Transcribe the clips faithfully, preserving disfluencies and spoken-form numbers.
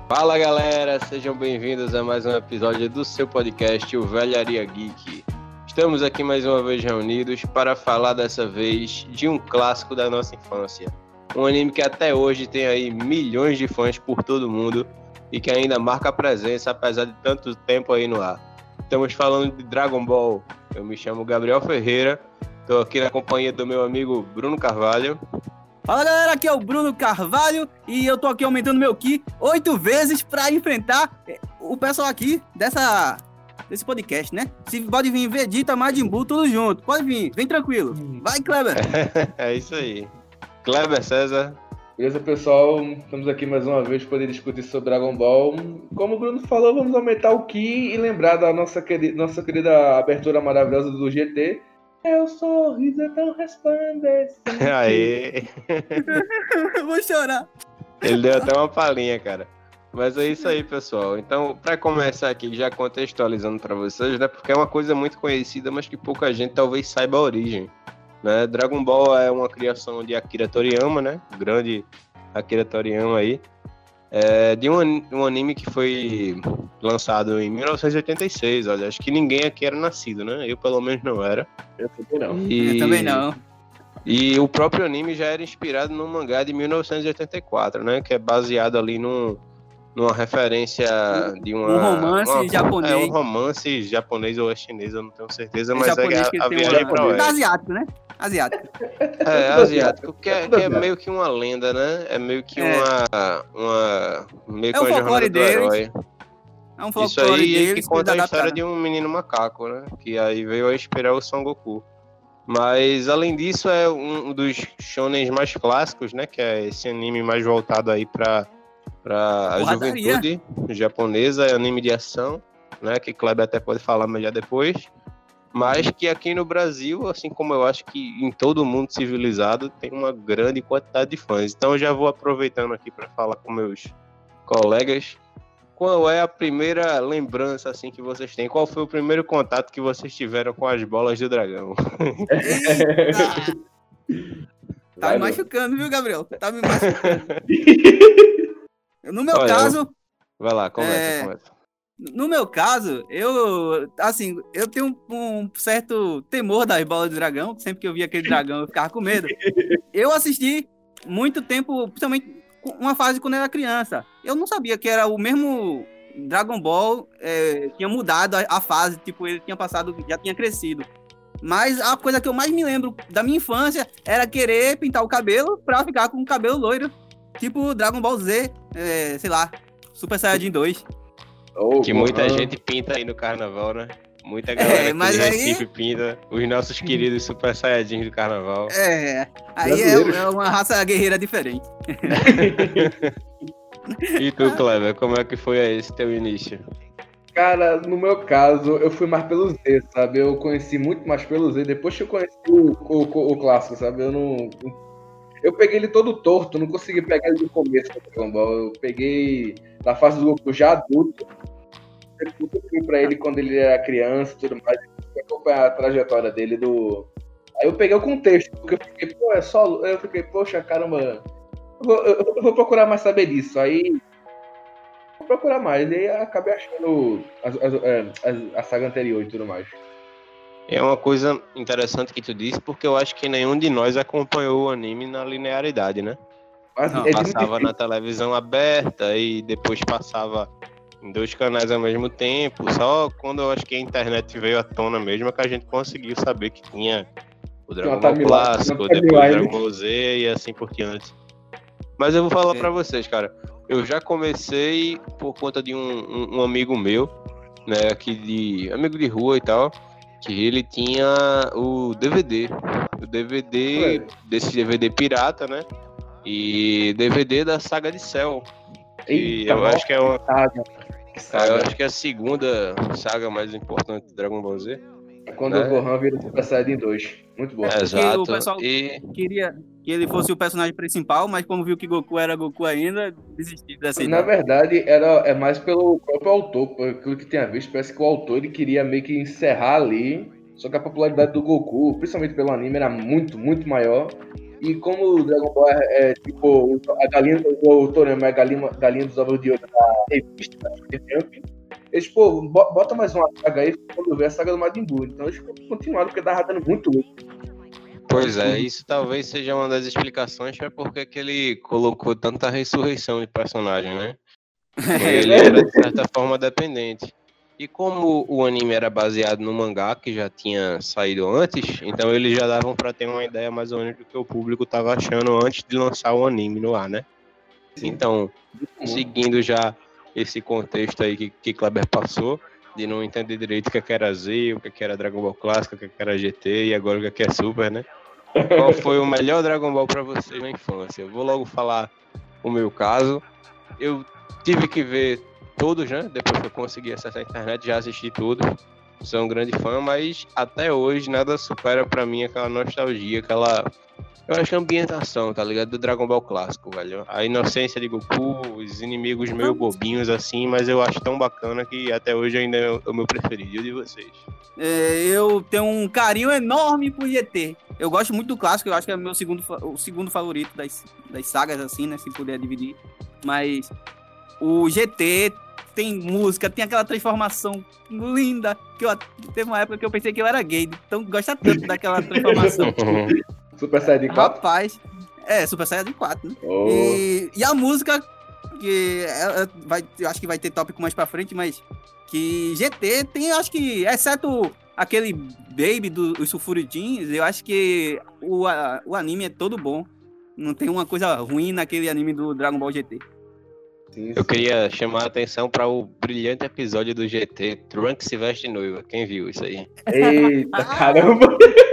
Fala galera, sejam bem-vindos a mais um episódio do seu podcast, o Velharia Geek. Estamos aqui mais uma vez reunidos para falar dessa vez de um clássico da nossa infância. Um anime que até hoje tem aí milhões de fãs por todo mundo e que ainda marca a presença apesar de tanto tempo aí no ar. Estamos falando de Dragon Ball. Eu me chamo Gabriel Ferreira, estou aqui na companhia do meu amigo Bruno Carvalho. Fala galera, aqui é o Bruno Carvalho e eu tô aqui aumentando meu Ki oito vezes pra enfrentar o pessoal aqui dessa, desse podcast, né? Se pode vir Vegeta, Majin Buu, tudo junto. Pode vir, vem tranquilo. Vai, Kleber. É isso aí. Kleber, César. Beleza, pessoal? Estamos aqui mais uma vez para poder discutir sobre Dragon Ball. Como o Bruno falou, vamos aumentar o Ki e lembrar da nossa querida, nossa querida abertura maravilhosa do G T. Meu sorriso é tão resplandecente. Aê! Vou chorar. Ele deu até uma palhinha, cara. Mas é isso aí, pessoal. Então, para começar aqui, já contextualizando para vocês, né? Porque é uma coisa muito conhecida, mas que pouca gente talvez saiba a origem. Né? Dragon Ball é uma criação de Akira Toriyama, né? Grande Akira Toriyama aí. É de um, um anime que foi lançado em mil novecentos e oitenta e seis, olha, acho que ninguém aqui era nascido, né? Eu pelo menos não era. Eu também não. E, Eu também não. E o próprio anime já era inspirado num mangá de mil novecentos e oitenta e quatro, né? Que é baseado ali num, numa referência de uma... Um romance uma, japonês. É um romance japonês ou é chinês, eu não tenho certeza, mas japonês é que a, a tem viagem uma... pra oeste. Asiático, né? Asiático. É, asiático, que é, que é meio que uma lenda, né? É meio que É. uma... uma meio que É o uma jornada folclore do deles. herói. É um Isso folclore aí deles que que conta a eles história adaptaram. de um menino macaco, né? Que aí veio a inspirar o Son Goku. Mas, além disso, é um dos shonens mais clássicos, né? Que é esse anime mais voltado aí pra, pra a Porradaria. juventude japonesa, é anime de ação, né? Que Kleber até pode falar melhor depois. Mas que aqui no Brasil, assim como eu acho que em todo mundo civilizado, tem uma grande quantidade de fãs. Então eu já vou aproveitando aqui para falar com meus colegas. Qual é a primeira lembrança assim que vocês têm? Qual foi o primeiro contato que vocês tiveram com as bolas do dragão? Eita! Tá Vai, me meu. machucando, viu, Gabriel? Tá me machucando. No meu Olha, caso, Vai lá, começa, É. começa. no meu caso, eu, assim, eu tenho um, um certo temor das bolas do dragão. Sempre que eu via aquele dragão, eu ficava com medo. Eu assisti muito tempo, principalmente uma fase quando eu era criança. Eu não sabia que era o mesmo Dragon Ball, é, tinha mudado a, a fase, tipo, ele tinha passado, já tinha crescido. Mas a coisa que eu mais me lembro da minha infância era querer pintar o cabelo pra ficar com o cabelo loiro. Tipo Dragon Ball Z, é, sei lá, Super Saiyajin dois. Oh, Que muita Gohan. gente pinta aí no carnaval, né? Muita galera É, mas aqui de aí- Recife pinta os nossos queridos Super Saiyajins do carnaval. É, aí Brasileiros. é, é uma raça guerreira diferente. E tu, Kleber, como é que foi esse teu início? Cara, no meu caso, eu fui mais pelo Z, sabe? Eu conheci muito mais pelo Z. Depois que eu conheci o, o, o clássico, sabe? Eu não... Eu peguei ele todo torto, não consegui pegar ele do começo do Dragon Ball. Eu peguei na fase do Goku já adulto. Eu fui pra ele quando ele era criança e tudo mais. Eu acompanhar a trajetória dele do... Aí eu peguei o contexto, porque eu fiquei, pô, é só... Eu fiquei, poxa, caramba... Eu vou, eu- eu vou procurar mais saber disso. Aí... Vou procurar mais. E aí acabei achando as- as- é, as- a saga anterior e tudo mais. É uma coisa interessante que tu disse, porque eu acho que nenhum de nós acompanhou o anime na linearidade, né? Mas Não, é de Passava muito na televisão aberta e depois passava em dois canais ao mesmo tempo. Só quando eu acho que a internet veio à tona mesmo é que a gente conseguiu saber que tinha o Dragon uma Ball timeline, clássico, uma depois o timeline. Dragon Ball Z e assim por diante. Mas eu vou falar É. pra vocês, cara. Eu já comecei por conta de um, um- um amigo meu, né, aqui de amigo de rua e tal, que ele tinha o D V D, o D V D Ué. desse D V D pirata, né? E D V D da saga de Cell. E Eita, eu acho que é uma, saga. Que eu saga. acho que é a segunda saga mais importante do Dragon Ball Z. Quando É. o Gohan vira Super Saiyajin dois. Muito bom. É. porque Exato. o pessoal- E Queria que ele fosse o personagem principal, mas como viu que Goku era Goku ainda, desistiu dessa Na ideia. verdade, era, é mais pelo próprio autor, por aquilo que tinha visto. Parece que o autor ele queria meio que encerrar ali. Só que a popularidade do Goku, principalmente pelo anime, era muito, muito maior. E como o Dragon Ball é, é tipo a galinha, o Toriyama é a galinha, galinha dos ovos de ouro da revista, eles, pô, bota mais uma saga aí quando ver a saga do Majin Buu. Então eles continuaram porque tava dando muito lucro. Pois é, isso talvez seja uma das explicações para porque que ele colocou tanta ressurreição de personagem, né? Ele era, de certa forma, dependente. E como o anime era baseado no mangá, que já tinha saído antes, então eles já davam para ter uma ideia mais ou menos do que o público estava achando antes de lançar o anime no ar, né? Sim. Então, seguindo já esse contexto aí que, que Kleber passou, de não entender direito o que era Z, o que era Dragon Ball Clássico, o que era G T e agora o que é Super, né? Qual foi o melhor Dragon Ball pra vocês na infância? Eu vou logo falar o meu caso. Eu tive que ver todos, né? Depois que eu consegui acessar a internet, já assisti tudo. Sou um grande fã, mas até hoje nada supera pra mim aquela nostalgia, aquela... Eu acho que a ambientação, tá ligado? Do Dragon Ball clássico, velho. A inocência de Goku, os inimigos meio bobinhos assim, mas eu acho tão bacana que até hoje ainda é o meu preferido. E o de vocês? É, eu tenho um carinho enorme por G T. Eu gosto muito do clássico, eu acho que é o meu segundo, o segundo favorito das, das sagas, assim, né? Se puder dividir. Mas o G T tem música, tem aquela transformação linda. Que eu, teve uma época que eu pensei que eu era gay, então gosta tanto daquela transformação. Super Saiyajin quatro? Rapaz, é, Super Saiyajin quatro, né? Oh. E, e a música, que é, é, vai, eu acho que vai ter tópico mais pra frente, mas que G T tem, acho que, exceto aquele Baby dos Sulfuritins, eu acho que o, a, o anime é todo bom. Não tem uma coisa ruim naquele anime do Dragon Ball G T. Sim, sim. Eu queria chamar a atenção para o brilhante episódio do G T, Trunks se veste noiva. Quem viu isso aí? Eita, caramba!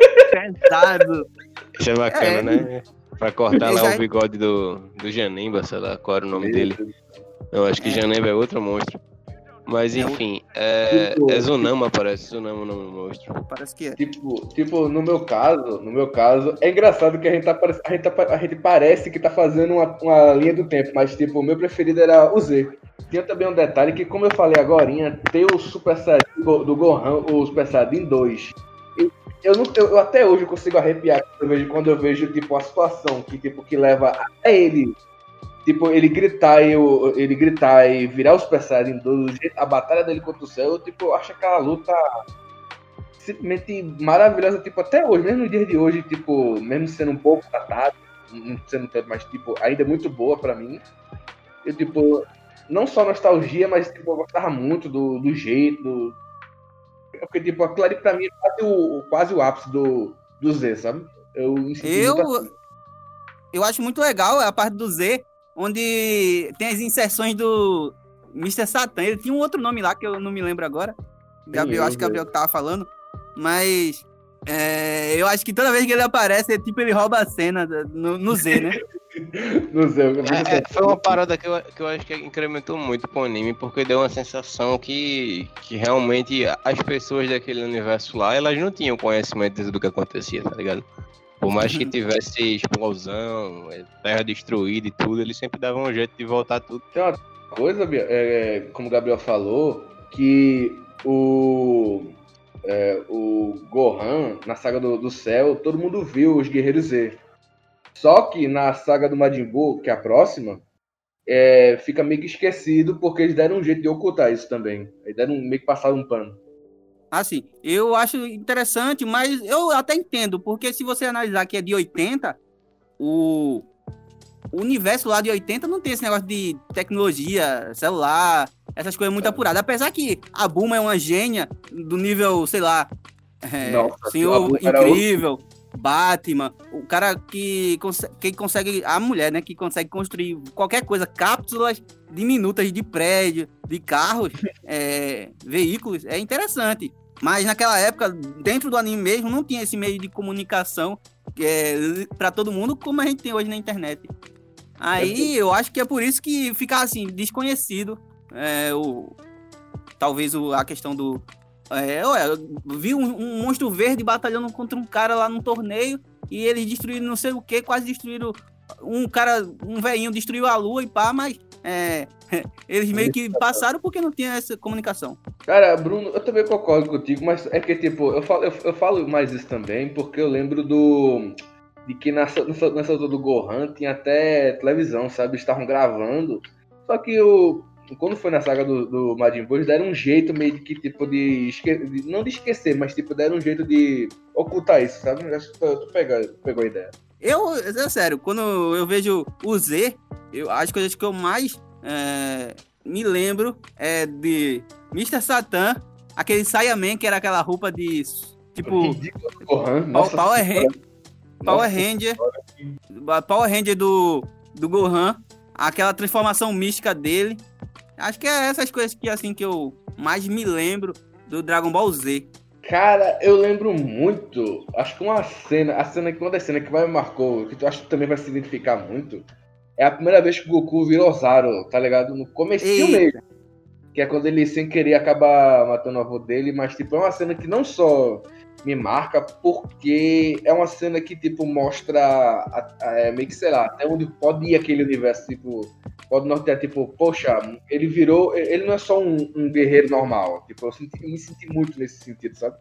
Pesado! Isso é bacana, É. né? Pra cortar Eu lá já- o bigode do, do Janemba, sei lá qual era o nome Meu dele. Deus. Eu acho que É. Janemba é outro monstro. Mas É enfim, é, Tipo- é Zunama, parece. Zunama o nome do monstro. Parece que é. Tipo, tipo, no meu caso, no meu caso, é engraçado que a gente, tá, pare- a gente, tá, a gente parece que tá fazendo uma, uma linha do tempo, mas tipo, o meu preferido era o Z. Tinha também um detalhe que, como eu falei agorinha, tem o Super Saiyajin do do Gohan, o Super Saiyajin dois. Eu, eu, não, eu, eu até hoje consigo arrepiar quando eu vejo, quando eu vejo tipo, a situação que, tipo, que leva até ele, tipo, ele gritar e o- ele gritar e virar o Super Saiyajin dois, a batalha dele contra o céu, eu, tipo, eu acho aquela luta simplesmente maravilhosa, tipo, até hoje, mesmo no dia de hoje, tipo, mesmo sendo um pouco datado, não sendo tanto, mas, tipo, ainda é muito boa pra mim. Eu, tipo, não só nostalgia, mas, tipo, eu gostava muito do, do jeito, do... porque, tipo, aquilo ali pra mim é quase o, quase o ápice do, do Z, sabe? Eu me senti Eu, muito assim. eu acho muito legal a parte do Z, onde tem as inserções do mister Satan. Ele tinha um outro nome lá que eu não me lembro agora. Gabriel, eu, acho que Gabriel que tava falando. Mas é, eu acho que toda vez que ele aparece, é tipo, ele rouba a cena no, no Z, né? No Z, eu É, é, foi uma parada que eu, que eu acho que incrementou muito pro anime, porque deu uma sensação que, que realmente as pessoas daquele universo lá, elas não tinham conhecimento do que acontecia, tá ligado? Por mais que tivesse explosão, é, terra destruída e tudo, eles sempre davam um jeito de voltar tudo. Tem uma coisa, Bia, é, como o Gabriel falou, que o, é, o Gohan, na saga do, do céu, todo mundo viu os Guerreiros Z. Só que na saga do Majin Buu, que é a próxima, é, fica meio que esquecido, porque eles deram um jeito de ocultar isso também. Eles deram meio que passaram um pano. Assim, eu acho interessante, mas eu até entendo, porque se você analisar que é de oitenta, o, o universo lá de oitenta não tem esse negócio de tecnologia, celular, essas coisas muito apuradas. Apesar que a Bulma é uma gênia do nível, sei lá, é, Nossa, a Senhor Bulma era Incrível, Batman, o cara que, conse- que consegue, a mulher, né, que consegue construir qualquer coisa, cápsulas diminutas de prédio, de carros, é, veículos, é interessante. Mas naquela época, dentro do anime mesmo, não tinha esse meio de comunicação é, para todo mundo como a gente tem hoje na internet. Aí eu acho que é por isso que fica assim, desconhecido. É, o, talvez o, a questão do. É, ué, eu vi um, um monstro verde batalhando contra um cara lá num torneio e eles destruíram não sei o que, quase destruíram. Um cara, um velhinho destruiu a lua e pá, mas é, eles meio que passaram porque não tinha essa comunicação. Cara, Bruno, eu também concordo contigo, mas é que, tipo, eu falo, eu, eu falo mais isso também porque eu lembro do de que nessa, nessa, nessa altura do Gohan tinha até televisão, sabe? Eles estavam gravando. Só que o, quando foi na saga do, do Majin Buu, eles deram um jeito meio de que, tipo, de, esque, de não de esquecer, mas tipo, deram um jeito de ocultar isso, sabe? Acho que tu, tu pegou, pegou a ideia. Eu, é sério, quando eu vejo o Z, eu, as coisas que eu mais é, me lembro é de mister Satan, aquele Saiyaman, que era aquela roupa de, tipo, Gohan, nossa, Power, Ranger, Power Ranger, Power Ranger do, do Gohan, aquela transformação mística dele. Acho que é essas coisas que, assim, que eu mais me lembro do Dragon Ball Z. Cara, eu lembro muito, acho que uma cena, a cena que uma das cenas que mais me marcou, que tu acha que também vai se identificar muito, é a primeira vez que o Goku virou Zaro, tá ligado? No comecinho mesmo. Que é quando ele, sem querer, acaba matando o avô dele, mas, tipo, é uma cena que não só me marca, porque é uma cena que, tipo, mostra, a, a, é, meio que, sei lá, até onde pode ir aquele universo, tipo, pode nortear, tipo, poxa, ele virou, ele não é só um, um guerreiro normal, tipo, eu, senti, eu me senti muito nesse sentido, sabe?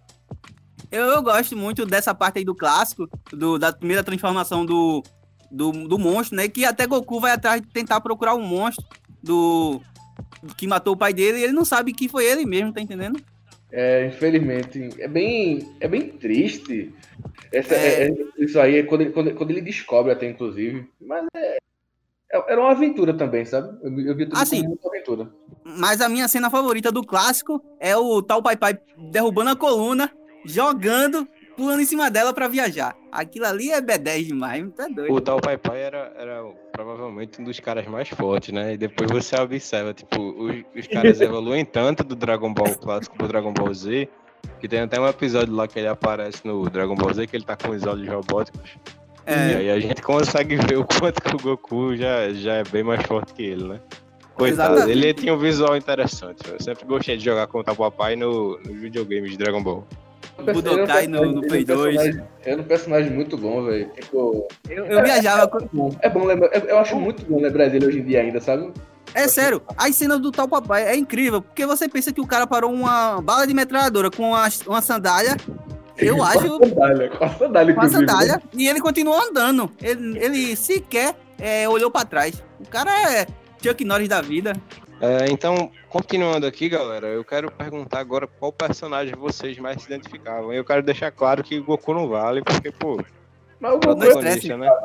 Eu, eu gosto muito dessa parte aí do clássico, do, da primeira transformação do, do, do monstro, né, que até Goku vai atrás de tentar procurar um monstro do... que matou o pai dele e ele não sabe que foi ele mesmo, tá entendendo? É, infelizmente. É bem, é bem triste. Essa, é... É, isso aí é quando ele, quando, quando ele descobre até, inclusive. Mas é, é, era uma aventura também, sabe? Eu, eu vi tudo assim, como uma aventura. Mas a minha cena favorita do clássico é o tal Pai Pai derrubando a coluna, jogando, pulando em cima dela pra viajar. Aquilo ali é B dez demais, tá doido. O tal Pai Pai era, era provavelmente um dos caras mais fortes, né? E depois você observa, tipo, os, os caras evoluem tanto do Dragon Ball clássico pro Dragon Ball Z, que tem até um episódio lá que ele aparece no Dragon Ball Z, que ele tá com os olhos robóticos. É. E aí a gente consegue ver o quanto que o Goku já, já é bem mais forte que ele, né? Coitado, exatamente. Ele tinha um visual interessante. Eu sempre gostei de jogar com o tal Papai no, no videogame de Dragon Ball. Budokai no, no Play dois. É um personagem muito bom, velho. Tipo, eu, eu é, viajava. É bom, é bom lembrar. Eu acho muito bom lembrar dele hoje em dia ainda, sabe? É sério, as cenas do tal papai é incrível, porque você pensa que o cara parou uma bala de metralhadora com uma, uma sandália. Eu com acho. A sandália, com a sandália, com a sandália, e ele continuou andando. Ele, ele sequer é, olhou pra trás. O cara é Chuck Norris da vida. É, então, continuando aqui, galera, eu quero perguntar agora qual personagem vocês mais se identificavam. Eu quero deixar claro que o Goku não vale, porque, pô, mas o Goku é estresse, né?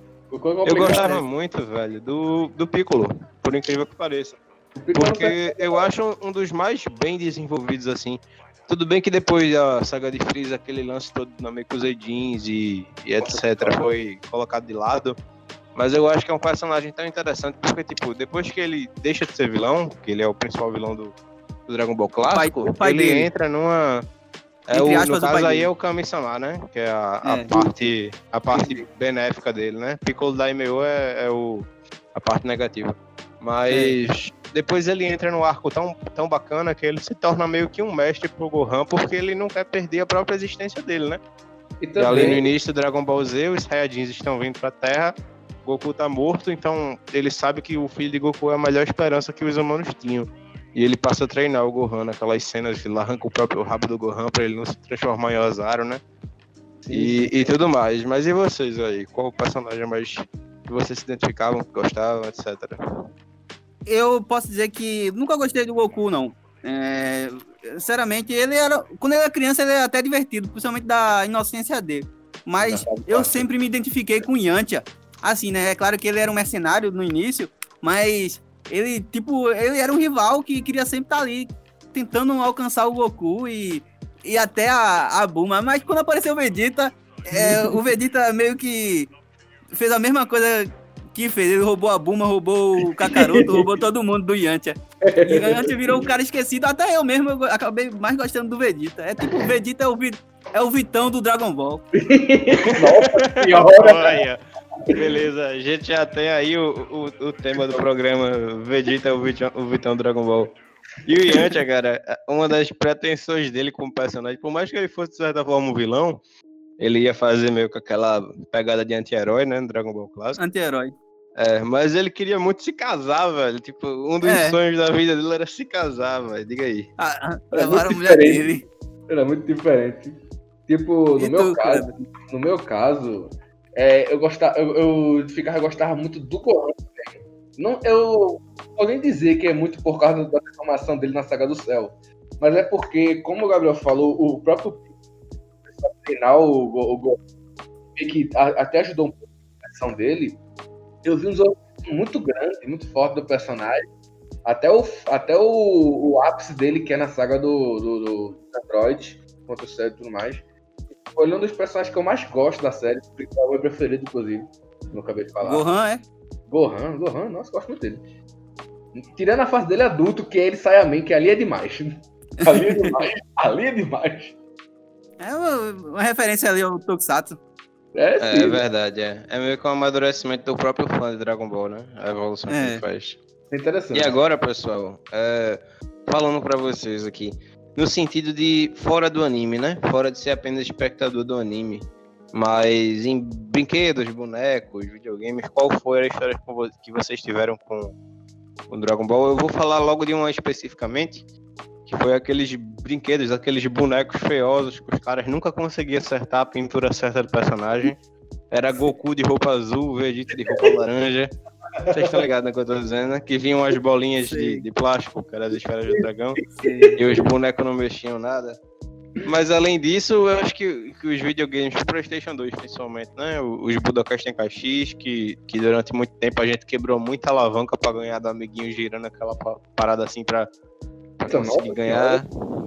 Eu gostava muito, velho, do, do Piccolo, por incrível que pareça. Porque eu acho um dos mais bem desenvolvidos, assim. Tudo bem que depois da saga de Freeza, aquele lance todo do Namekuseidins e, e etcétera foi colocado de lado. Mas eu acho que é um personagem tão interessante, porque, tipo, depois que ele deixa de ser vilão, que ele é o principal vilão do, do Dragon Ball clássico, o pai, o pai ele dele. entra numa... É o, no caso aí dele. É o Kami-sama, né? Que é a, a, é. Parte, a parte benéfica dele, né? Piccolo Daimyo é, é o, a parte negativa. Mas é. depois ele entra no arco tão, tão bacana que ele se torna meio que um mestre pro Gohan, porque ele não quer perder a própria existência dele, né? E, também... e ali no início do Dragon Ball Z, os Saiyajins estão vindo pra Terra, Goku tá morto, então ele sabe que o filho de Goku é a melhor esperança que os humanos tinham. E ele passa a treinar o Gohan naquelas cenas que ele arranca o próprio rabo do Gohan pra ele não se transformar em Ozaru, né? E, e tudo mais. Mas e vocês aí? Qual o personagem mais que vocês se identificavam, que gostavam, etcétera? Eu posso dizer que nunca gostei do Goku, não. É, sinceramente, ele era... Quando ele era criança, ele era até divertido, principalmente da inocência dele. Mas eu sempre me identifiquei com o Yantia. Assim, né? É claro que ele era um mercenário no início, mas ele, tipo, ele era um rival que queria sempre estar ali, tentando alcançar o Goku e, e até a, a Bulma. Mas quando apareceu o Vegeta, é, o Vegeta meio que fez a mesma coisa que fez. Ele roubou a Bulma, roubou o Kakaroto, roubou todo mundo do Yantia. E o Yantia virou um cara esquecido. Até eu mesmo eu acabei mais gostando do Vegeta. É tipo, o Vegeta é o, é o Vitão do Dragon Ball. Nossa senhora! Beleza, a gente já tem aí o, o, o tema do programa Vegeta, o Vitão, o Vitão Dragon Ball. E o Yantia, cara, uma das pretensões dele como personagem, por mais que ele fosse de certa forma um vilão, ele ia fazer meio com aquela pegada de anti-herói, né, no Dragon Ball clássico. Anti-herói. É, mas ele queria muito se casar, velho. Tipo, um dos é. sonhos da vida dele era se casar, velho. Diga aí. Ah, levaram a mulher dele. Era muito diferente. Tipo, no e meu tu, caso, cara? no meu caso... É, eu, gostava, eu, eu ficava, gostava muito do Gohan também. Não, eu não vou nem dizer que é muito por causa da transformação dele na Saga do Céu. Mas é porque, como o Gabriel falou, o próprio treinar o, o, o Gohan, que a, até ajudou um pouco a versão dele, eu vi um desenvolvimento muito grande, muito forte do personagem. Até o, até o, o ápice dele, que é na saga do, do, do Android, contra o Cell e tudo mais. Foi um dos personagens que eu mais gosto da série, é o meu preferido, inclusive. Não acabei de falar. Gohan, é? Gohan, Gohan, nossa, gosto muito dele. Tirando a fase dele adulto, que é ele Saiyaman, que ali é demais. Ali é demais, ali é demais. É uma, uma referência ali ao Tokusatsu. É, sim. É verdade, é. É meio que um amadurecimento do próprio fã de Dragon Ball, né? A evolução É. que ele faz. É interessante. E agora, pessoal, é, falando pra vocês aqui, no sentido de fora do anime, né? Fora de ser apenas espectador do anime, mas em brinquedos, bonecos, videogames, qual foi a história que vocês tiveram com o Dragon Ball? Eu vou falar logo de uma especificamente, que foi aqueles brinquedos, aqueles bonecos feiosos que os caras nunca conseguiam acertar a pintura certa do personagem. Era Goku de roupa azul, Vegeta de roupa laranja. Vocês estão ligados no que eu tô dizendo, né? Que vinham as bolinhas de, de plástico, que eram as esferas do dragão, e os bonecos não mexiam nada. Mas além disso, eu acho que, que os videogames, PlayStation dois principalmente, né? Os Budokai Tenkaichi, que, que durante muito tempo a gente quebrou muita alavanca pra ganhar do amiguinho girando aquela parada assim pra, pra conseguir ganhar.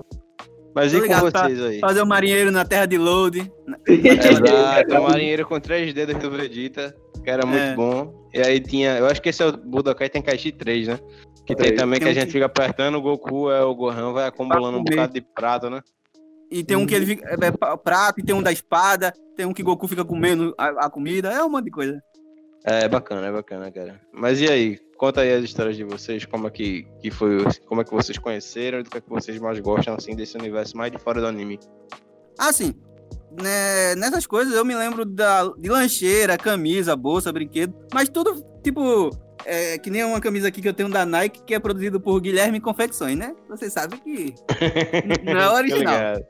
Mas Tô e com ligado, vocês aí? Fazer o marinheiro na terra de Load. Exato, o marinheiro com três dedos do Vegeta, que era muito É. bom. E aí tinha, eu acho que esse é o Budokai Tenkaichi três, né? Que tem Três. também que a Tem um gente que- fica apertando, o Goku é o Gohan, vai acumulando um comer. bocado de prato, né? E tem um que ele fica. É, é pa- prato, e tem um da espada, tem um que Goku fica comendo a, a comida, é um monte de coisa. É bacana, é bacana, cara. Mas e aí? Conta aí as histórias de vocês, como é que, que foi, como é que vocês conheceram e do que é que vocês mais gostam, assim, desse universo mais de fora do anime. Assim, né, nessas coisas eu me lembro da, de lancheira, camisa, bolsa, brinquedo, mas tudo, tipo, é, que nem uma camisa aqui que eu tenho da Nike, que é produzido por Guilherme Confecções, né? Vocês sabem que não é Tô original. ligado.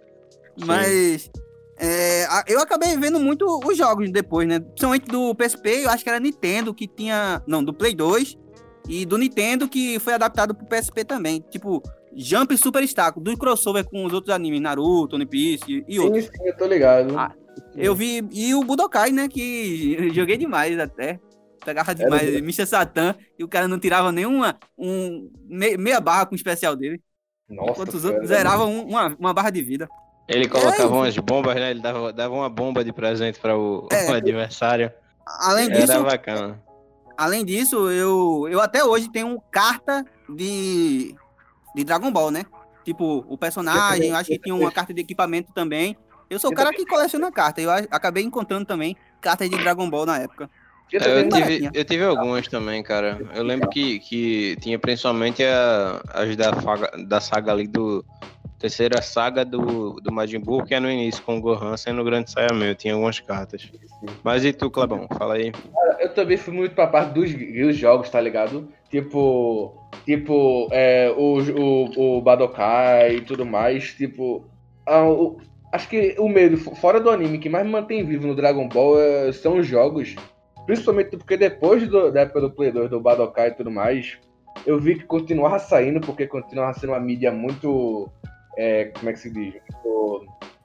Mas é, a- eu acabei vendo muito os jogos depois, né? Principalmente do P S P, eu acho que era Nintendo que tinha. Não, do Play dois e do Nintendo que foi adaptado pro P S P também. Tipo, Jump Super Star, do crossover com os outros animes, Naruto, One Piece e, e outros. Sim, sim, eu tô ligado. Ah, Eu vi. E o Budokai, né? Que eu joguei demais até. Pegava demais, Era mister Satan, e o cara não tirava nenhuma. Um, me- meia barra com o especial dele. Nossa, enquanto os cara. outros zeravam um- uma, uma barra de vida. Ele colocava É, umas bombas, né? Ele dava, dava uma bomba de presente para o, É. o adversário. Além disso, Era bacana. além disso, eu, eu até hoje tenho carta de, de Dragon Ball, né? Tipo, o personagem, eu acho que tinha uma carta de equipamento também. Eu sou o cara que coleciona carta. Eu a- acabei encontrando também cartas de Dragon Ball na época. Eu É, também eu, bem tive, baratinha. eu tive algumas também, cara. Eu lembro que, que tinha principalmente a- as da, faga- da saga ali do. Terceira saga do, do Majin Buu, que é no início, com o Gohan sendo o grande Saiyaman. Eu tinha algumas cartas. Mas e tu, Clebão? Fala aí. Eu também fui muito pra parte dos, dos jogos, tá ligado? Tipo, tipo é, o, o, o Budokai e tudo mais. Tipo, ah, o- acho que o meio, fora do anime, que mais me mantém vivo no Dragon Ball é, são os jogos. Principalmente porque depois do- da época do Play dois, do Budokai e tudo mais, eu vi que continuava saindo, porque continuava sendo uma mídia muito. É, como é que se diz? Muito,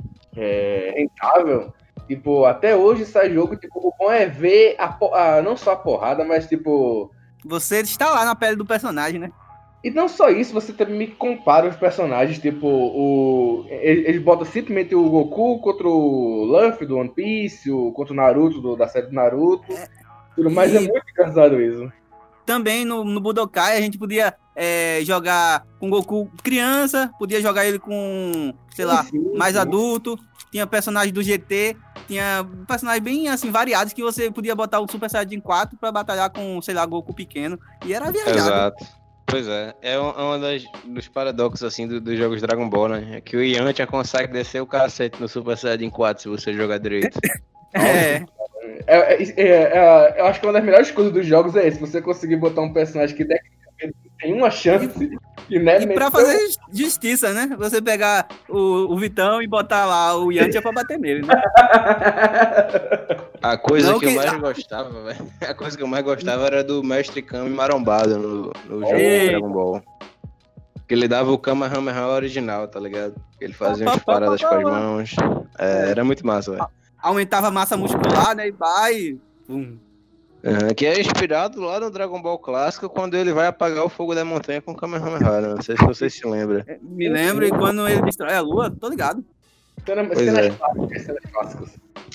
é, rentável. Tipo, até hoje sai jogo, tipo, o bom é ver a, po- a- não só a porrada, mas tipo. Você está lá na pele do personagem, né? E não só isso, você também me compara os personagens, tipo, o. Eles, eles botam simplesmente o Goku contra o Luffy do One Piece, o, contra o Naruto do- da série do Naruto. Tudo mais E- é muito engraçado isso. Também no, no Budokai a gente podia é, jogar com Goku criança, podia jogar ele com, sei lá, Sim, sim, mais sim. adulto. Tinha personagens do G T, tinha personagens bem assim variados que você podia botar o Super Saiyajin quatro pra batalhar com, sei lá, Goku pequeno. E era viajado. Exato. Pois é, é um- é uma das, dos paradoxos assim do- dos jogos Dragon Ball, né? É que o Yantia consegue descer o cacete no Super Saiyajin quatro se você jogar direito. É, É, é, é, é, eu acho que uma das melhores coisas dos jogos é esse, você conseguir botar um personagem que tecnicamente não tem nenhuma chance. E, né, E pra fazer justiça, né? Você pegar o, o Vitão e botar lá o Yantia pra bater nele, né? A coisa Não que, que- eu mais gostava, velho. A coisa que eu mais gostava era do Mestre Kami marombado no, no jogo Ei. do Dragon Ball. Que ele dava o Kamehameha original, tá ligado? Que ele fazia umas paradas com as mãos. É, era muito massa, velho. Aumentava a massa muscular, né? E vai. Pum. Uhum, que é inspirado lá no Dragon Ball clássico, quando ele vai apagar o fogo da montanha com o Kamehameha, né? Não sei se vocês se lembram. Me lembro, e quando ele destrói a lua, tô ligado. Cenas Pois cenas é. clássicas, cenas clássicas.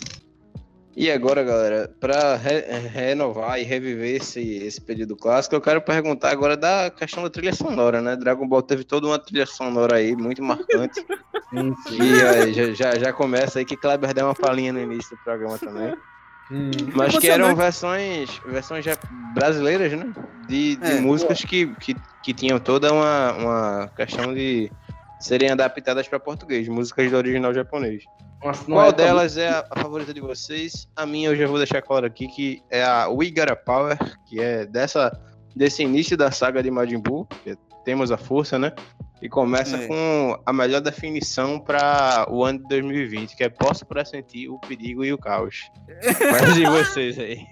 E agora, galera, pra re- renovar e reviver esse, esse período clássico, eu quero perguntar agora da questão da trilha sonora, né? Dragon Ball teve toda uma trilha sonora aí, muito marcante. Sim, sim. E aí, já, já, já começa aí que Kleber deu uma palhinha no início do programa também. Hum. Mas que eram Emocionante. versões, versões já brasileiras, né? De, de É. músicas que, que, que tinham toda uma, uma questão de serem adaptadas para português, músicas do original japonês. Nossa, não Qual é tão- delas é a, a favorita de vocês? A minha eu já vou deixar claro aqui, que é a We Got a Power, que é dessa, desse início da saga de Majin Buu, que é Temos a Força, né? E começa É. com a melhor definição para o ano de dois mil e vinte, que é Posso pressentir o perigo e o caos. Mas e vocês aí?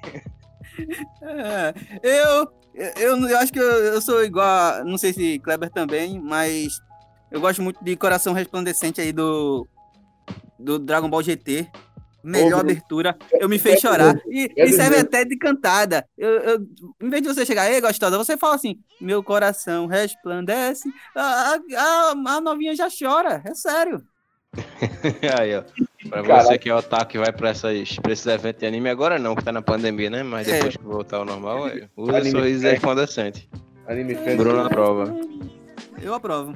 É, eu, eu, eu acho que eu, eu sou igual, a- não sei se Kleber também, mas eu gosto muito de Coração Resplandecente aí do, do Dragon Ball G T. Melhor Ô, abertura, eu me fez chorar. E, quer e serve dizer- até de cantada. Eu, eu, em vez de você chegar, ei, gostosa, você fala assim: meu coração resplandece. A, a, a novinha já chora, é sério. Aí, ó. Pra Caraca. você que é otaku e vai pra, essas, pra esses eventos de anime, agora não, que tá na pandemia, né? Mas É. depois que voltar ao normal, aí, usa Anime sorriso é. resplandecente. Anime fancy. Bruno aprova. Eu aprovo.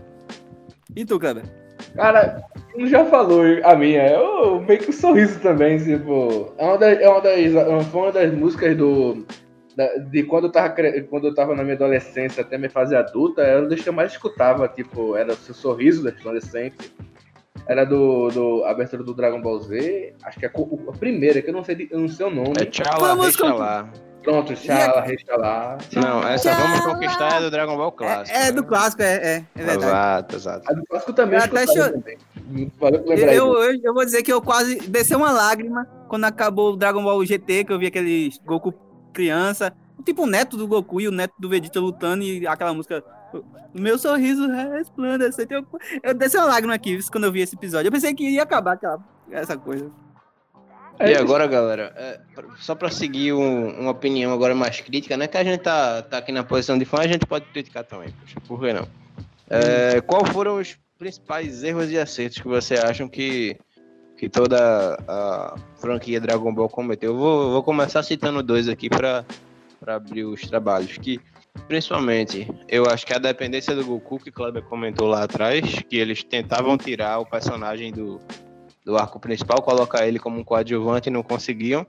E tu, Kleber? Cara, tu já falou a minha, eu meio que um sorriso também, tipo, é uma das, é uma das, foi uma das músicas do, da- de quando eu, tava, cre- quando eu tava na minha adolescência até minha fase adulta, era uma das que eu mais escutava, tipo, era o seu sorriso da adolescente, era do, do a abertura do Dragon Ball Z, acho que é a, co- a primeira, que eu não sei, de- eu não sei o nome, É Tchala, Vamos Rechalá. pronto, Xala, Rexala, Não, essa Tchala. Vamos Conquistar é do Dragon Ball clássico. É, é né? do clássico, é, é, é verdade. Exato, exato. a do clássico também Eu eu até escutava cho- também. Valeu por lembrar Eu, aí. eu, eu vou dizer que eu quase desceu uma lágrima quando acabou o Dragon Ball G T, que eu vi aqueles Goku criança, tipo o neto do Goku e o neto do Vegeta lutando e aquela música. O meu sorriso resplandecente. Eu, eu desci uma lágrima aqui isso, quando eu vi esse episódio. Eu pensei que ia acabar aquela, essa coisa. E agora, galera, é, só pra seguir um- uma opinião agora mais crítica, né? Que a gente tá, tá aqui na posição de fã, a gente pode criticar também, poxa, por que não? É, qual foram os principais erros e acertos que você acham que, que toda a franquia Dragon Ball cometeu? Eu vou, vou começar citando dois aqui pra, pra abrir os trabalhos. Que, principalmente, eu acho que a dependência do Goku, que o Kleber comentou lá atrás, que eles tentavam tirar o personagem do, do arco principal, colocar ele como um coadjuvante e não conseguiam.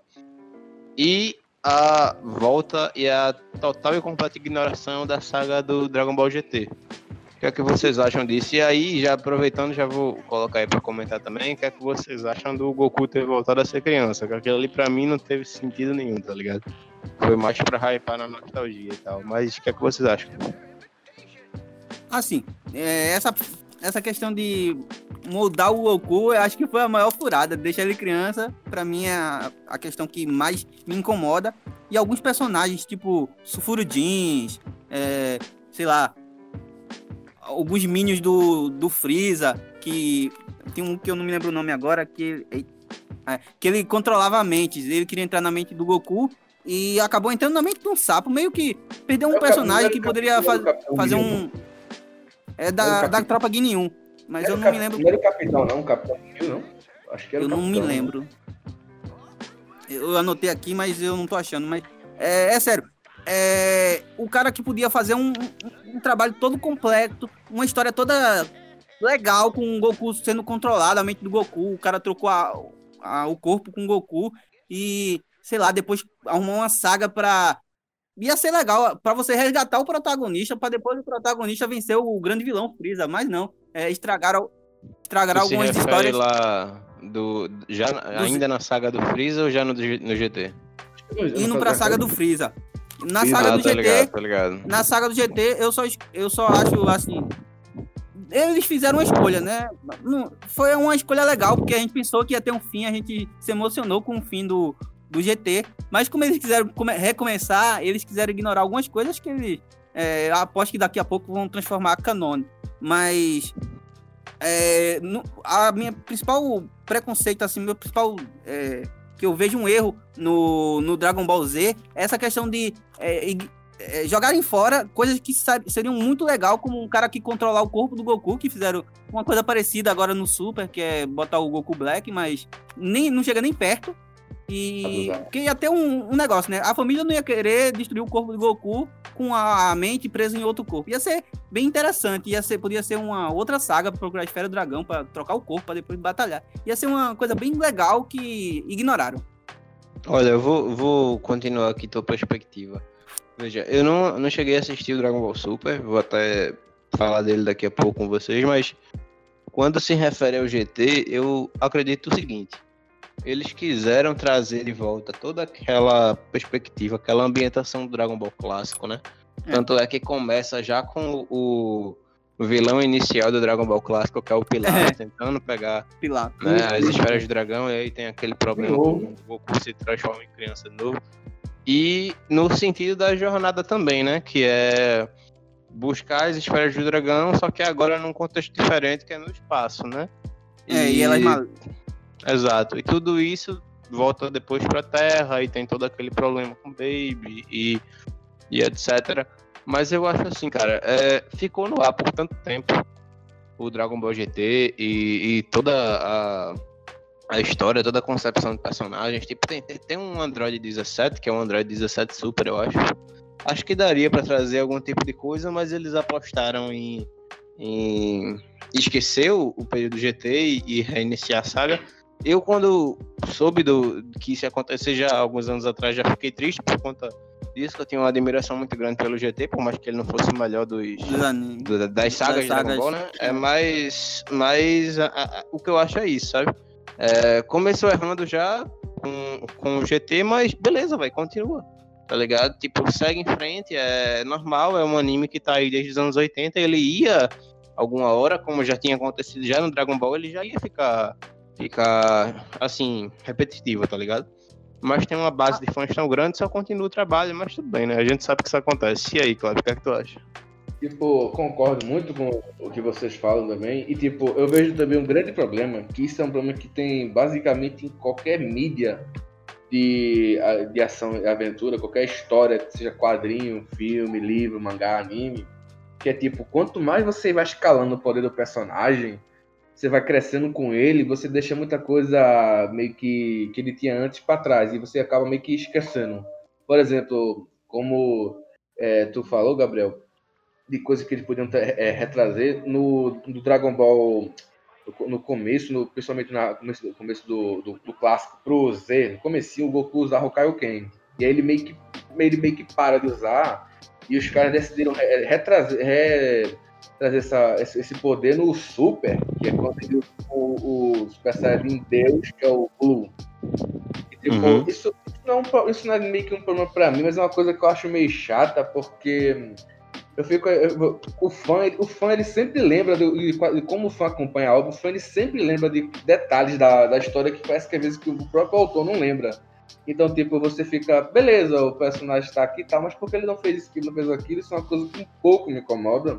E a volta e a total e completa ignoração da saga do Dragon Ball G T. O que é que vocês acham disso? E aí, já aproveitando, já vou colocar aí pra comentar também, o que é que vocês acham do Goku ter voltado a ser criança? Porque aquilo ali pra mim não teve sentido nenhum, tá ligado? Foi mais pra hypar na nostalgia e tal. Mas o que é que vocês acham? Assim, é, essa, essa questão de moldar o Goku, eu acho que foi a maior furada. Deixar ele criança, pra mim, é a, a questão que mais me incomoda. E alguns personagens, tipo Sulfuro Jeans, é, sei lá, alguns minions do, do Freeza, que tem um que eu não me lembro o nome agora, que, é, que ele controlava a mente. Ele queria entrar na mente do Goku e acabou entrando na mente de um sapo. Meio que perdeu um Era o personagem cap- que era o poderia cap- faz- era o Capitão fazer Guinea. um... É Era o da, da Capitão. tropa Guinea um, mas Era eu o não cap- me lembro. Não era o capitão, não, o capitão Guinea, não. Acho que era Eu o não me capitão. lembro. Eu anotei aqui, mas eu não tô achando. Mas é, é sério. É, o cara que podia fazer um, um- um trabalho todo completo, uma história toda legal, com o Goku sendo controlado, a mente do Goku. O cara trocou a- a- o corpo com o Goku e, sei lá, depois arrumou uma saga pra. Ia ser legal pra você resgatar o protagonista, pra depois o protagonista vencer o grande vilão Freeza, mas não. É, estragaram, estragaram Tu se algumas refere histórias. lá do, já, ainda na saga do Freeza ou já no, do G- no G T? Indo pra saga do Freeza. Na saga Ah, do tá G T, ligado, tá ligado. na saga do G T, eu só, eu só acho assim. Eles fizeram uma escolha, né? Não, foi uma escolha legal, porque a gente pensou que ia ter um fim, a gente se emocionou com o fim do, do G T, mas como eles quiseram come, recomeçar, eles quiseram ignorar algumas coisas que eles. É, aposto que daqui a pouco vão transformar a canon. Mas. É, no, a minha principal preconceito, assim, meu principal. É, que eu vejo um erro no, no Dragon Ball Z é essa questão de. É, É, jogarem fora coisas que seriam muito legal, como um cara que controlar o corpo do Goku, que fizeram uma coisa parecida agora no Super, que é botar o Goku Black, mas nem, não chega nem perto. E que ia ter um, um negócio, né? A família não ia querer destruir o corpo do Goku com a mente presa em outro corpo. Ia ser bem interessante, ia ser, podia ser uma outra saga pra procurar a Esfera do Dragão, pra trocar o corpo, pra depois batalhar. Ia ser uma coisa bem legal que ignoraram. Olha, eu vou, vou continuar aqui tua perspectiva. Veja, eu não, não cheguei a assistir o Dragon Ball Super, vou até falar dele daqui a pouco com vocês, mas quando se refere ao G T, eu acredito o seguinte: eles quiseram trazer de volta toda aquela perspectiva, aquela ambientação do Dragon Ball clássico, né? É. Tanto é que começa já com o, o vilão inicial do Dragon Ball clássico, que é o Pilar, é. tentando pegar Pilar. Né, as esferas de dragão, e aí tem aquele problema que o Goku se transforma em criança de novo. E no sentido da jornada também, né? Que é buscar as esferas do dragão, só que agora num contexto diferente, que é no espaço, né? E... É, e elas... Exato. E tudo isso volta depois pra Terra, e tem todo aquele problema com o Baby, e, e etcétera. Mas eu acho assim, cara, é, ficou no ar por tanto tempo o Dragon Ball G T e, e toda a... a história, toda a concepção de personagens. Tipo, tem, tem um Android dezessete, que é um Android dezessete Super, eu acho. Acho que daria pra trazer algum tipo de coisa, mas eles apostaram em, em esquecer o, o período G T e, e reiniciar a saga. Eu, quando soube do, que isso ia acontecer já há alguns anos atrás, já fiquei triste por conta disso, que eu tinha uma admiração muito grande pelo G T, por mais que ele não fosse o melhor dos, do, das sagas de Dragon Ball, né? É, mas mas a, a, o que eu acho é isso, sabe? É, começou errando já com, com o G T, mas beleza, vai, continua, tá ligado? Tipo, segue em frente, é normal, é um anime que tá aí desde os anos oitenta, ele ia, alguma hora, como já tinha acontecido já no Dragon Ball, ele já ia ficar, ficar assim, repetitivo, tá ligado? Mas tem uma base de fãs tão grande, só continua o trabalho, mas tudo bem, né? A gente sabe que isso acontece. E aí, Cláudio, o que é que tu acha? Tipo, concordo muito com o que vocês falam também. E, tipo, eu vejo também um grande problema, que isso é um problema que tem basicamente em qualquer mídia de, de ação e aventura, qualquer história, seja quadrinho, filme, livro, mangá, anime, que é tipo, quanto mais você vai escalando o poder do personagem, você vai crescendo com ele, você deixa muita coisa meio que, que ele tinha antes para trás, e você acaba meio que esquecendo. Por exemplo, como é, tu falou, Gabriel, de coisas que eles podiam ter, é, retrazer no, no Dragon Ball, no, no começo, no, principalmente no começo, no começo do, do, do clássico pro Z, no comecinho o Goku usava o Kaioken, e aí ele meio que, ele meio que para de usar, e os caras decidiram re, retrazer, re, trazer essa, esse poder no Super, que é quando ele usa o, o Super Saiyajin Deus, que é o Blue. E, tipo, uhum. isso, isso, não, isso não é meio que um problema pra mim, mas é uma coisa que eu acho meio chata, porque eu fico, eu, o, fã, o fã ele sempre lembra de, de como o fã acompanha a obra, o fã ele sempre lembra de detalhes da, da história que parece que às vezes que o próprio autor não lembra. Então, tipo, você fica, beleza, o personagem está aqui e tal, mas por que ele não fez isso, não fez aquilo? Isso é uma coisa que um pouco me incomoda.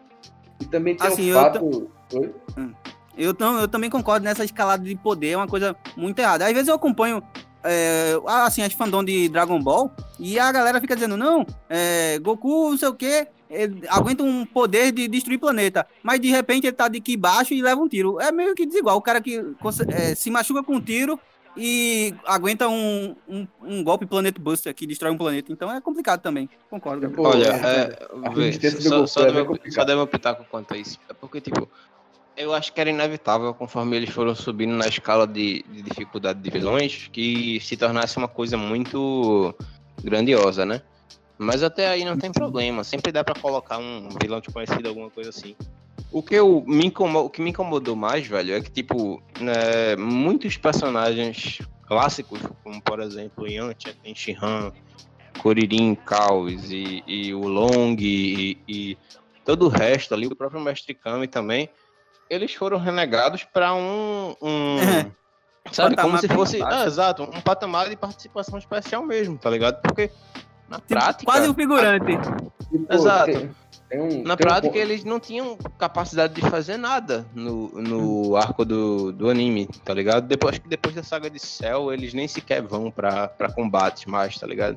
E também tem assim, um fato... Eu, t... eu, t... eu também concordo nessa escalada de poder, é uma coisa muito errada. Às vezes eu acompanho é, assim, as fandom de Dragon Ball e a galera fica dizendo, não, é, Goku, não sei o quê, aguenta um poder de destruir planeta, mas de repente ele tá de aqui baixo e leva um tiro. É meio que desigual, o cara que é, se machuca com um tiro e aguenta um, um, um golpe Planet Buster que destrói um planeta. Então é complicado também. Concordo. Pô, Olha, é, é, vê, só, só, é meu, só deu meu pitaco quanto a isso. É porque, tipo, eu acho que era inevitável, conforme eles foram subindo na escala de, de dificuldade de vilões, que se tornasse uma coisa muito grandiosa, né? Mas até aí não tem problema. Sempre dá pra colocar um vilão desconhecido, alguma coisa assim. O que, eu, me incomod... o que me incomodou mais, velho, é que, tipo, né, muitos personagens clássicos, como, por exemplo, Yantia, tem She-Ra, Kuririn, Caos e, e o Long e, e todo o resto ali, o próprio Mestre Kami também, eles foram renegados para um, um sabe, como se fosse, ah, exato, um patamar de participação especial mesmo, tá ligado? Porque na tipo, prática... Quase um figurante. A... Exato. Tem, tem um, na tem prática, um... eles não tinham capacidade de fazer nada no, no arco do, do anime, tá ligado? Depois, depois da saga de Cell, eles nem sequer vão pra, pra combates mais, tá ligado?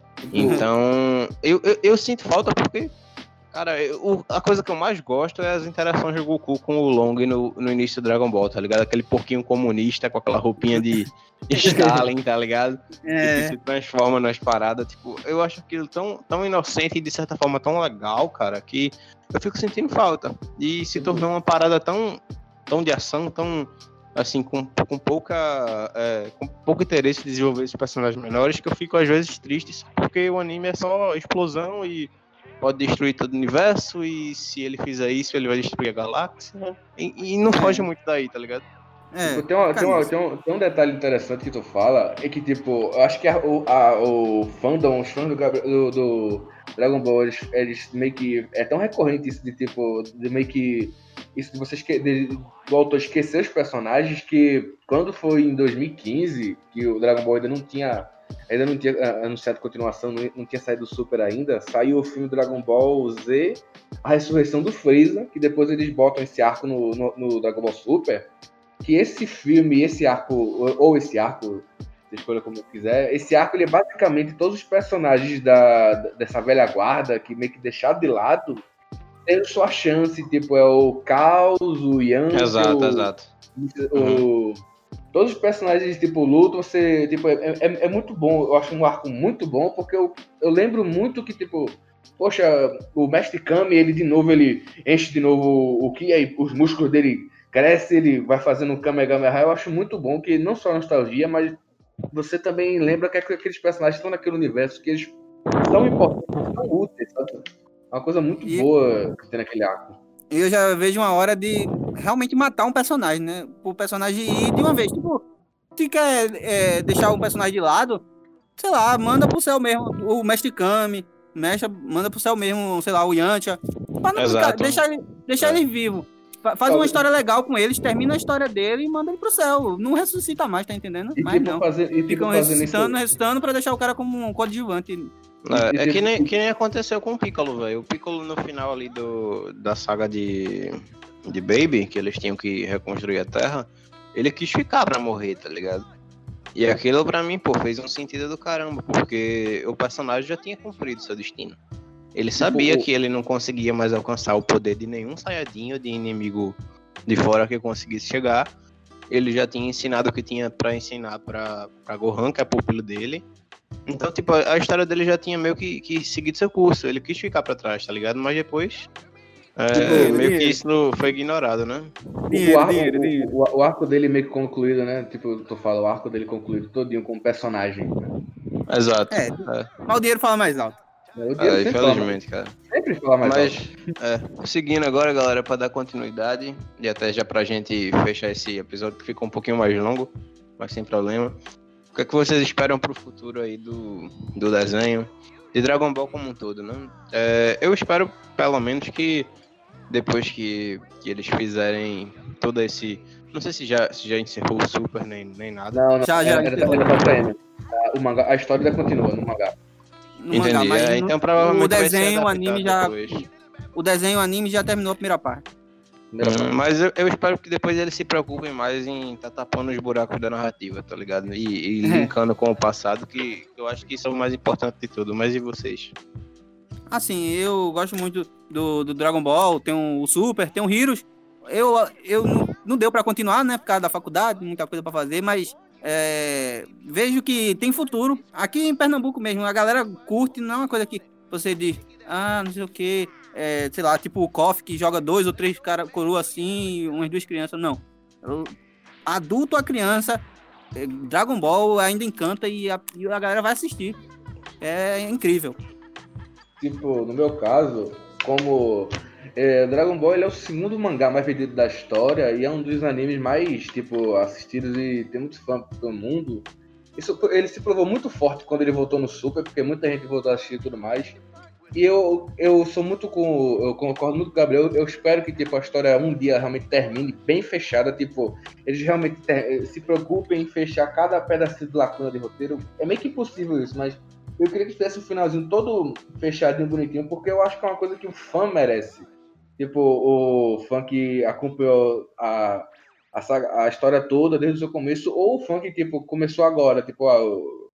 Então, eu, eu, eu sinto falta porque, cara, eu, a coisa que eu mais gosto é as interações do Goku com o Long no, no início do Dragon Ball, tá ligado? Aquele porquinho comunista com aquela roupinha de Stalin, tá ligado? É. Que se transforma nas paradas. Tipo, eu acho aquilo tão, tão inocente e de certa forma tão legal, cara, que eu fico sentindo falta. E se tornou uma parada tão, tão de ação, tão, assim, com, com, pouca, é, com pouco interesse em desenvolver esses personagens menores, que eu fico às vezes triste, porque o anime é só explosão e pode destruir todo o universo, e se ele fizer isso, ele vai destruir a galáxia. E, e não foge muito daí, tá ligado? É, tipo, tem, uma, tem, uma, tem, um, tem um detalhe interessante que tu fala, é que, tipo, eu acho que a, o, a, o fandom, os fãs do, do, do Dragon Ball, eles, eles meio que... É tão recorrente isso de, tipo, de meio que... Isso de você esque, de, do autor esquecer os personagens, que quando foi em dois mil e quinze, que o Dragon Ball ainda não tinha... Ainda não tinha anunciado continuação, não, não tinha saído o Super ainda, saiu o filme Dragon Ball Z, A Ressurreição do Freeza, que depois eles botam esse arco no, no, no Dragon Ball Super, que esse filme, esse arco, ou esse arco, você escolha como quiser, esse arco ele é basicamente todos os personagens da, dessa velha guarda, que meio que deixaram de lado, tendo sua chance, tipo, é o Caos, o Yang, exato, o, exato. o, uhum. Todos os personagens, tipo, lutam, você, tipo, é, é, é muito bom, eu acho um arco muito bom, porque eu, eu lembro muito que, tipo, poxa, o Mestre Kami, ele de novo, ele enche de novo o Ki, aí os músculos dele crescem, ele vai fazendo um Kamehameha, eu acho muito bom, que não só nostalgia, mas você também lembra que aqueles personagens estão naquele universo, que eles são importantes, são úteis, sabe? É uma coisa muito e... boa que tem naquele arco. Eu já vejo uma hora de realmente matar um personagem, né? O personagem ir de uma vez. Tipo, se quer é, deixar um personagem de lado, sei lá, manda pro céu mesmo. O Mestre Kami, mexa, manda pro céu mesmo, sei lá, o Yantia. Exato. Deixa, deixa é. ele vivo. Faz uma história legal com eles, termina a história dele e manda ele pro céu. Não ressuscita mais, tá entendendo? E mas tipo, não. Fazer, e tipo Ficam ressuscitando, ressuscitando pra deixar o cara como um coadjuvante. É, é que, nem, que nem aconteceu com o Piccolo, velho. O Piccolo no final ali do, da saga de, de Baby, que eles tinham que reconstruir a Terra, ele quis ficar pra morrer, tá ligado? E aquilo pra mim, pô, fez um sentido do caramba, porque o personagem já tinha cumprido seu destino. Ele sabia que ele não conseguia mais alcançar o poder de nenhum Saiyajin ou de inimigo de fora que conseguisse chegar. Ele já tinha ensinado o que tinha pra ensinar pra, pra Gohan, que é pupilo dele. Então, tipo, a história dele já tinha meio que, que seguido seu curso. Ele quis ficar pra trás, tá ligado? Mas depois, é, dinheiro, meio dinheiro. que isso foi ignorado, né? Dinheiro, o, arco, dinheiro, dinheiro. O, o, o arco dele meio que concluído, né? Tipo, tu fala, o arco dele concluído todinho com o personagem. Exato. É, é. Mas o dinheiro fala mais alto. É, infelizmente, fala, cara. Sempre fala mais Mas, alto. É, seguindo agora, galera, pra dar continuidade, e até já pra gente fechar esse episódio que ficou um pouquinho mais longo, mas sem problema. O que é que vocês esperam pro futuro aí do, do desenho, de Dragon Ball como um todo, né? É, eu espero, pelo menos, que depois que, que eles fizerem todo esse... Não sei se já, se já encerrou o Super, nem, nem nada. Não, não, já, já. Era, era, era pra ele. O mangá, a história ainda continua no mangá. No Entendi, mangá, mas é, no, então provavelmente o desenho, o anime já... Depois. O desenho, o anime já terminou a primeira parte. Hum, mas eu, eu espero que depois eles se preocupem mais em tá tapando os buracos da narrativa, tá ligado? E, e linkando com o passado, que eu acho que isso é o mais importante de tudo. Mas e vocês? Assim, eu gosto muito do, do Dragon Ball, tem um, o Super, tem o Heroes. Eu, eu não, não deu pra continuar, né? Por causa da faculdade, muita coisa pra fazer, mas é, vejo que tem futuro. Aqui em Pernambuco mesmo, a galera curte, não é uma coisa que você diz, ah, não sei o que, é, sei lá, tipo o Koff que joga dois ou três cara coroa assim, umas duas crianças, não. Eu, adulto a criança, Dragon Ball ainda encanta e a, e a galera vai assistir. É incrível. Tipo, no meu caso, como é, Dragon Ball ele é o segundo mangá mais vendido da história e é um dos animes mais, tipo, assistidos e tem muitos fãs pelo mundo. isso, ele se provou muito forte quando ele voltou no Super, porque muita gente voltou a assistir e tudo mais. E eu, eu sou muito com. Eu concordo muito com o Gabriel. Eu espero que tipo, a história um dia realmente termine bem fechada. Tipo, eles realmente ter, se preocupem em fechar cada pedacinho de lacuna de roteiro. É meio que impossível isso, mas eu queria que tivesse um finalzinho todo fechadinho, bonitinho, porque eu acho que é uma coisa que o fã merece. Tipo, o fã que acompanhou a, a, saga, a história toda desde o seu começo, ou o fã que tipo, começou agora. Tipo, ah, eu,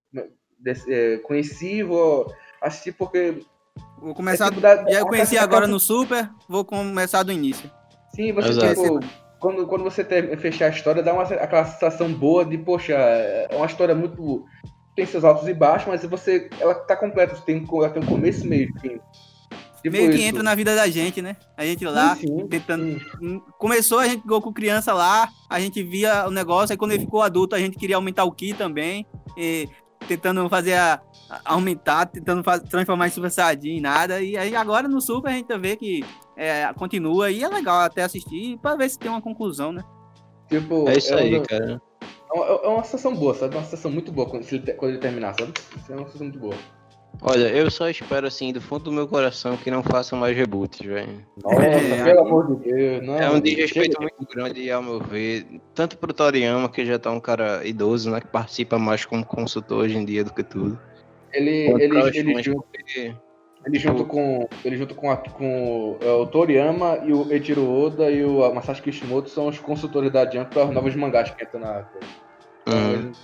é, conheci, vou assistir porque. Vou começar. É, tipo, da, já eu conheci agora aquela... no Super, vou começar do início. Sim, você Exato. tipo, quando, quando você ter, fechar a história, dá uma, aquela sensação boa de, poxa, é uma história muito. Tem seus altos e baixos, mas você. Ela tá completa, você tem, ela tem um começo, meio e fim. Tipo Meio que isso. entra na vida da gente, né? A gente lá, sim, sim, tentando. sim. Começou, a gente ficou com criança lá, a gente via o negócio, aí quando ele ficou adulto, a gente queria aumentar o Ki também. E tentando fazer a, a aumentar, tentando fazer, transformar em Super Saiyajin em nada. E aí agora no Super a gente vê que é, continua e é legal até assistir pra ver se tem uma conclusão, né? Tipo, É isso é aí, uma, cara. é uma, é uma sensação boa, sabe? É uma sensação muito boa quando ele, quando ele terminar, sabe? Isso é uma sensação muito boa. Olha, eu só espero, assim, do fundo do meu coração, que não façam mais reboots, velho. Nossa, É, pelo aí- amor de Deus, não. É um Chega. desrespeito muito grande, ao meu ver, tanto pro Toriyama, que já tá um cara idoso, né, que participa mais como consultor hoje em dia do que tudo, Ele, quanto ele, para os ele, fãs, junto, porque, ele junto tipo, com, ele junto com, a, com é, o Toriyama e o Eiichiro Oda e o Masashi Kishimoto são os consultores da Jump para os novos mangás que entram na. Então, hum, eles-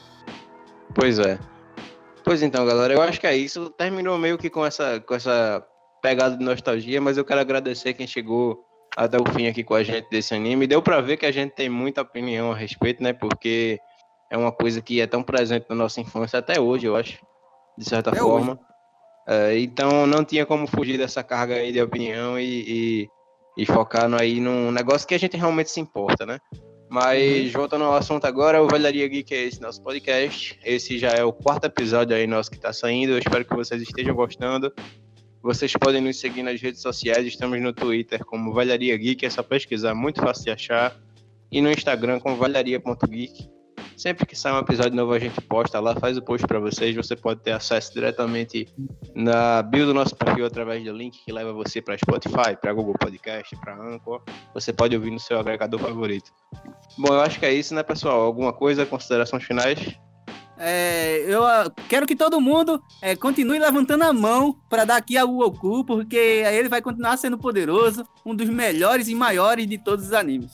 pois é. Pois então, galera, eu acho que é isso. Terminou meio que com essa, com essa pegada de nostalgia, mas eu quero agradecer quem chegou até o fim aqui com a gente desse anime. Deu pra ver que a gente tem muita opinião a respeito, né? Porque é uma coisa que é tão presente na nossa infância até hoje, eu acho, de certa Até forma. É, então não tinha como fugir dessa carga aí de opinião e, e, e focar no, aí num negócio que a gente realmente se importa, né? Mas voltando ao assunto agora, o Velharia Geek é esse nosso podcast. Esse já é o quarto episódio aí nosso que tá saindo. Eu espero que vocês estejam gostando. Vocês podem nos seguir nas redes sociais. Estamos no Twitter como Velharia Geek, é só pesquisar, muito fácil de achar. E no Instagram como velharia ponto geek. Sempre que sai um episódio novo a gente posta lá, faz o post para vocês. Você pode ter acesso diretamente na bio do nosso perfil através do link que leva você para Spotify, para Google Podcast, para Anchor. Você pode ouvir no seu agregador favorito. Bom, eu acho que é isso, né, pessoal? Alguma coisa, considerações finais? É, eu uh, quero que todo mundo é, continue levantando a mão para dar aqui ao Goku, porque aí ele vai continuar sendo poderoso, um dos melhores e maiores de todos os animes.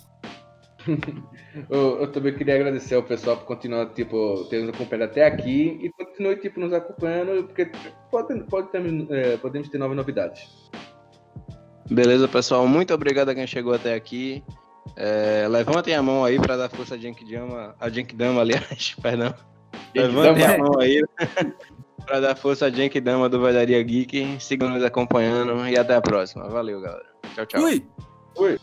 eu, eu também queria agradecer ao pessoal por continuar, tipo, ter nos acompanhado até aqui e continue, tipo, nos acompanhando, porque pode, pode ter, é, podemos ter novas novidades. Beleza, pessoal. Muito obrigado a quem chegou até aqui. É, levantem a mão aí para dar força a Genkidama, a Genkidama, aliás, perdão. Levantem a mão aí para dar força a Genkidama do Velharia Geek. Sigam nos acompanhando e até a próxima. Valeu, galera. Tchau, tchau. Fui! Fui!